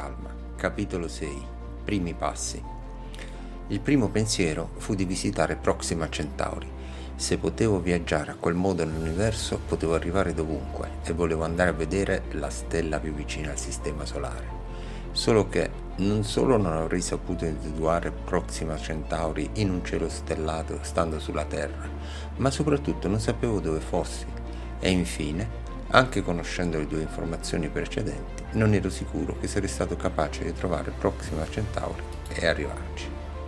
calma. Capitolo 6. Primi passi. Il primo pensiero fu di visitare Proxima Centauri. Se potevo viaggiare a quel modo nell'universo, potevo arrivare dovunque e volevo andare a vedere la stella più vicina al sistema solare. Solo che non solo non avrei saputo individuare Proxima Centauri in un cielo stellato stando sulla Terra, ma soprattutto non sapevo dove fossi. E infine, anche conoscendo le due informazioni precedenti, non ero sicuro che sarei stato capace di trovare Proxima Centauri e arrivarci.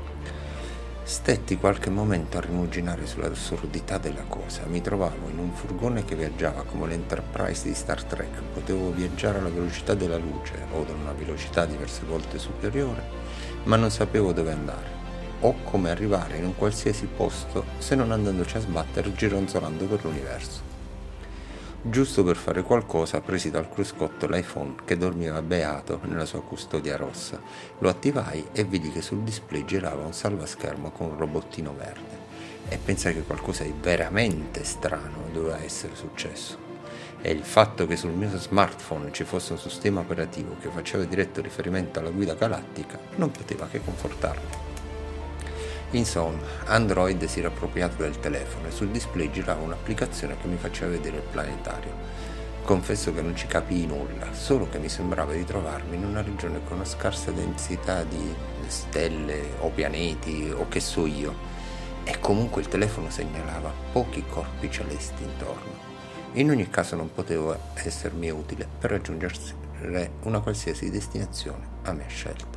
Stetti qualche momento a rimuginare sull'assurdità della cosa. Mi trovavo in un furgone che viaggiava come l'Enterprise di Star Trek. Potevo viaggiare alla velocità della luce o ad una velocità diverse volte superiore, ma non sapevo dove andare o come arrivare in un qualsiasi posto se non andandoci a sbattere gironzolando per l'universo. Giusto per fare qualcosa presi dal cruscotto l'iPhone che dormiva beato nella sua custodia rossa. Lo attivai e vidi che sul display girava un salvaschermo con un robottino verde e pensai che qualcosa di veramente strano doveva essere successo. E il fatto che sul mio smartphone ci fosse un sistema operativo che faceva diretto riferimento alla guida galattica non poteva che confortarmi. Insomma, Android si era appropriato del telefono e sul display girava un'applicazione che mi faceva vedere il planetario. Confesso che non ci capii nulla, solo che mi sembrava di trovarmi in una regione con una scarsa densità di stelle o pianeti o che so io, e comunque il telefono segnalava pochi corpi celesti intorno. In ogni caso non potevo essermi utile per raggiungere una qualsiasi destinazione a mia scelta.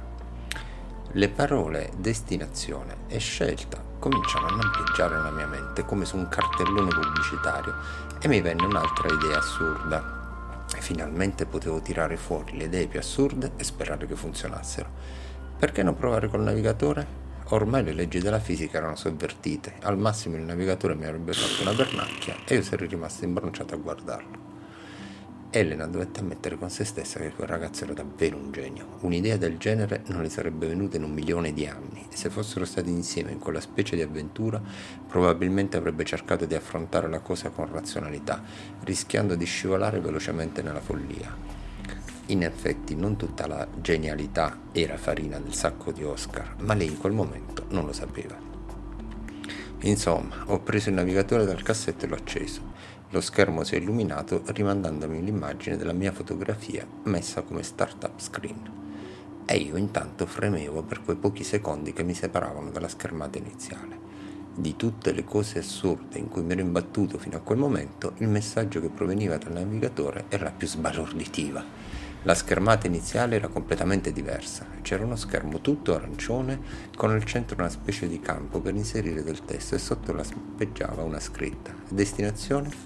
Le parole destinazione e scelta cominciano a lampeggiare nella mia mente come su un cartellone pubblicitario e mi venne un'altra idea assurda. E finalmente potevo tirare fuori le idee più assurde e sperare che funzionassero. Perché non provare col navigatore? Ormai le leggi della fisica erano sovvertite. Al massimo il navigatore mi avrebbe fatto una pernacchia e io sarei rimasto imbronciato a guardarlo. Elena dovette ammettere con se stessa che quel ragazzo era davvero un genio. Un'idea del genere non le sarebbe venuta in 1.000.000 di anni e se fossero stati insieme in quella specie di avventura probabilmente avrebbe cercato di affrontare la cosa con razionalità, rischiando di scivolare velocemente nella follia. In effetti non tutta la genialità era farina del sacco di Oscar, ma lei in quel momento non lo sapeva. Insomma, ho preso il navigatore dal cassetto e l'ho acceso. Lo schermo si è illuminato rimandandomi l'immagine della mia fotografia messa come startup screen. E io intanto fremevo per quei pochi secondi che mi separavano dalla schermata iniziale. Di tutte le cose assurde in cui mi ero imbattuto fino a quel momento, il messaggio che proveniva dal navigatore era la più sbalorditiva. La schermata iniziale era completamente diversa. C'era uno schermo tutto arancione con al centro una specie di campo per inserire del testo e sotto lampeggiava una scritta. Destinazione?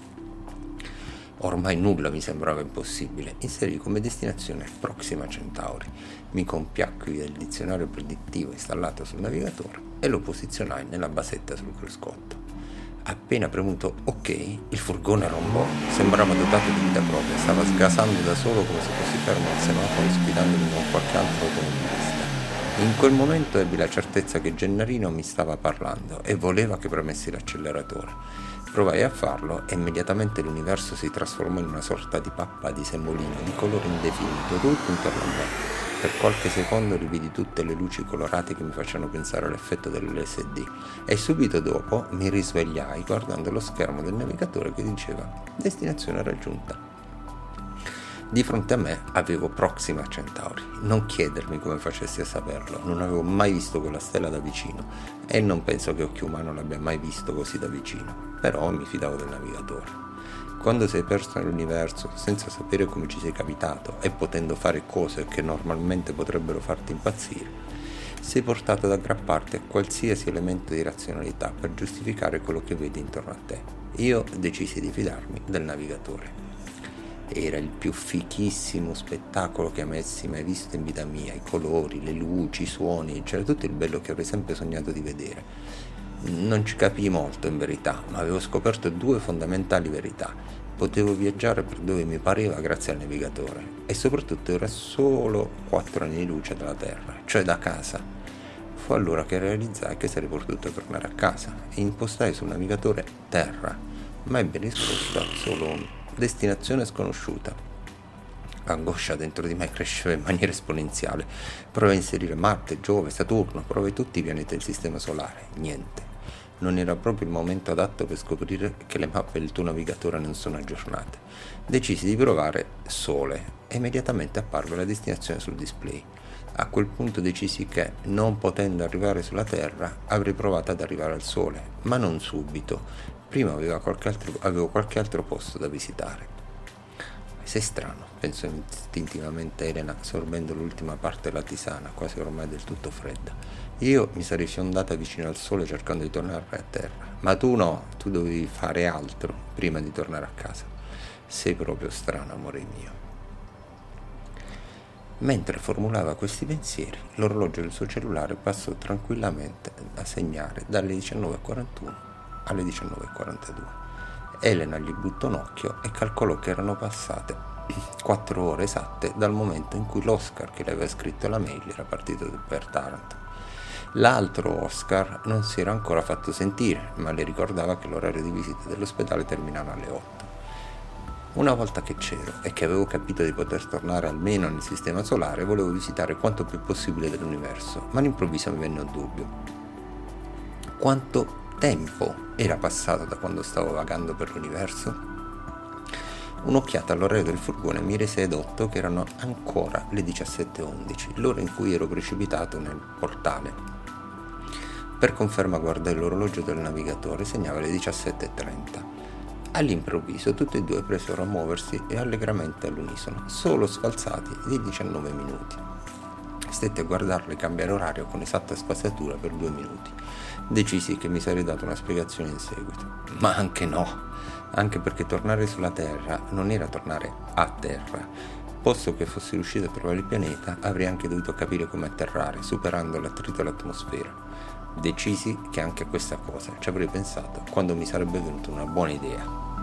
Ormai nulla mi sembrava impossibile. Inserì come destinazione Proxima Centauri. Mi compiacqui del dizionario predittivo installato sul navigatore e lo posizionai nella basetta sul cruscotto. Appena premuto OK, il furgone rombò. Sembrava dotato di vita propria, stava sgasando da solo come se fossi fermo al semaforo sfidandomi con qualche altro automobilista. In quel momento ebbi la certezza che Gennarino mi stava parlando e voleva che premessi l'acceleratore. Provai a farlo e immediatamente l'universo si trasformò in una sorta di pappa di semolino di colore indefinito tutto intorno a me. Per qualche secondo rividi tutte le luci colorate che mi facevano pensare all'effetto dell'LSD e subito dopo mi risvegliai guardando lo schermo del navigatore che diceva destinazione raggiunta. Di fronte a me avevo Proxima Centauri. Non chiedermi come facessi a saperlo, non avevo mai visto quella stella da vicino e non penso che occhio umano l'abbia mai visto così da vicino, però mi fidavo del navigatore. Quando sei perso nell'universo senza sapere come ci sei capitato e potendo fare cose che normalmente potrebbero farti impazzire, sei portato ad aggrapparti a qualsiasi elemento di razionalità per giustificare quello che vedi intorno a te. Io decisi di fidarmi del navigatore. Era il più fichissimo spettacolo che avessi mai visto in vita mia, i colori, le luci, i suoni, c'era tutto il bello che avrei sempre sognato di vedere. Non ci capii molto in verità, ma avevo scoperto due fondamentali verità. Potevo viaggiare per dove mi pareva grazie al navigatore e soprattutto era solo 4 anni di luce dalla Terra, cioè da casa. Fu allora che realizzai che sarei potuto tornare a casa e impostai sul navigatore Terra, ma ebbe risposta solo destinazione sconosciuta. L'angoscia dentro di me cresceva in maniera esponenziale. Provai a inserire Marte, Giove, Saturno, provai tutti i pianeti del Sistema Solare. Niente. Non era proprio il momento adatto per scoprire che le mappe del tuo navigatore non sono aggiornate. Decisi di provare Sole e immediatamente apparve la destinazione sul display. A quel punto decisi che, non potendo arrivare sulla Terra, avrei provato ad arrivare al Sole, ma non subito. Prima avevo qualche altro posto da visitare. Sei strano, pensò istintivamente Elena, sorbendo l'ultima parte della tisana, quasi ormai del tutto fredda. Io mi sarei fiondata vicino al sole cercando di tornare a terra, ma tu no, tu dovevi fare altro prima di tornare a casa. Sei proprio strano, amore mio. Mentre formulava questi pensieri, l'orologio del suo cellulare passò tranquillamente a segnare dalle 19:41 alle 19:42. Elena gli buttò un occhio e calcolò che erano passate 4 ore esatte dal momento in cui l'Oscar che le aveva scritto la mail era partito per Taranto. L'altro Oscar non si era ancora fatto sentire, ma le ricordava che l'orario di visita dell'ospedale terminava alle 8. Una volta che c'ero e che avevo capito di poter tornare almeno nel Sistema Solare, volevo visitare quanto più possibile dell'universo, ma all'improvviso mi venne un dubbio. Quanto tempo era passato da quando stavo vagando per l'universo? Un'occhiata all'orario del furgone mi rese edotto che erano ancora le 17:11, l'ora in cui ero precipitato nel portale. Per conferma guardai l'orologio del navigatore, segnava le 17:30. All'improvviso tutti e due presero a muoversi e allegramente all'unisono, solo sfalsati di 19 minuti. Stetti a guardarli cambiare orario con esatta spaziatura per 2 minuti. Decisi che mi sarei dato una spiegazione in seguito, ma anche no, anche perché tornare sulla Terra non era tornare a Terra. Posto che fossi riuscito a trovare il pianeta, avrei anche dovuto capire come atterrare, superando l'attrito dell'atmosfera. Decisi che anche a questa cosa ci avrei pensato quando mi sarebbe venuta una buona idea.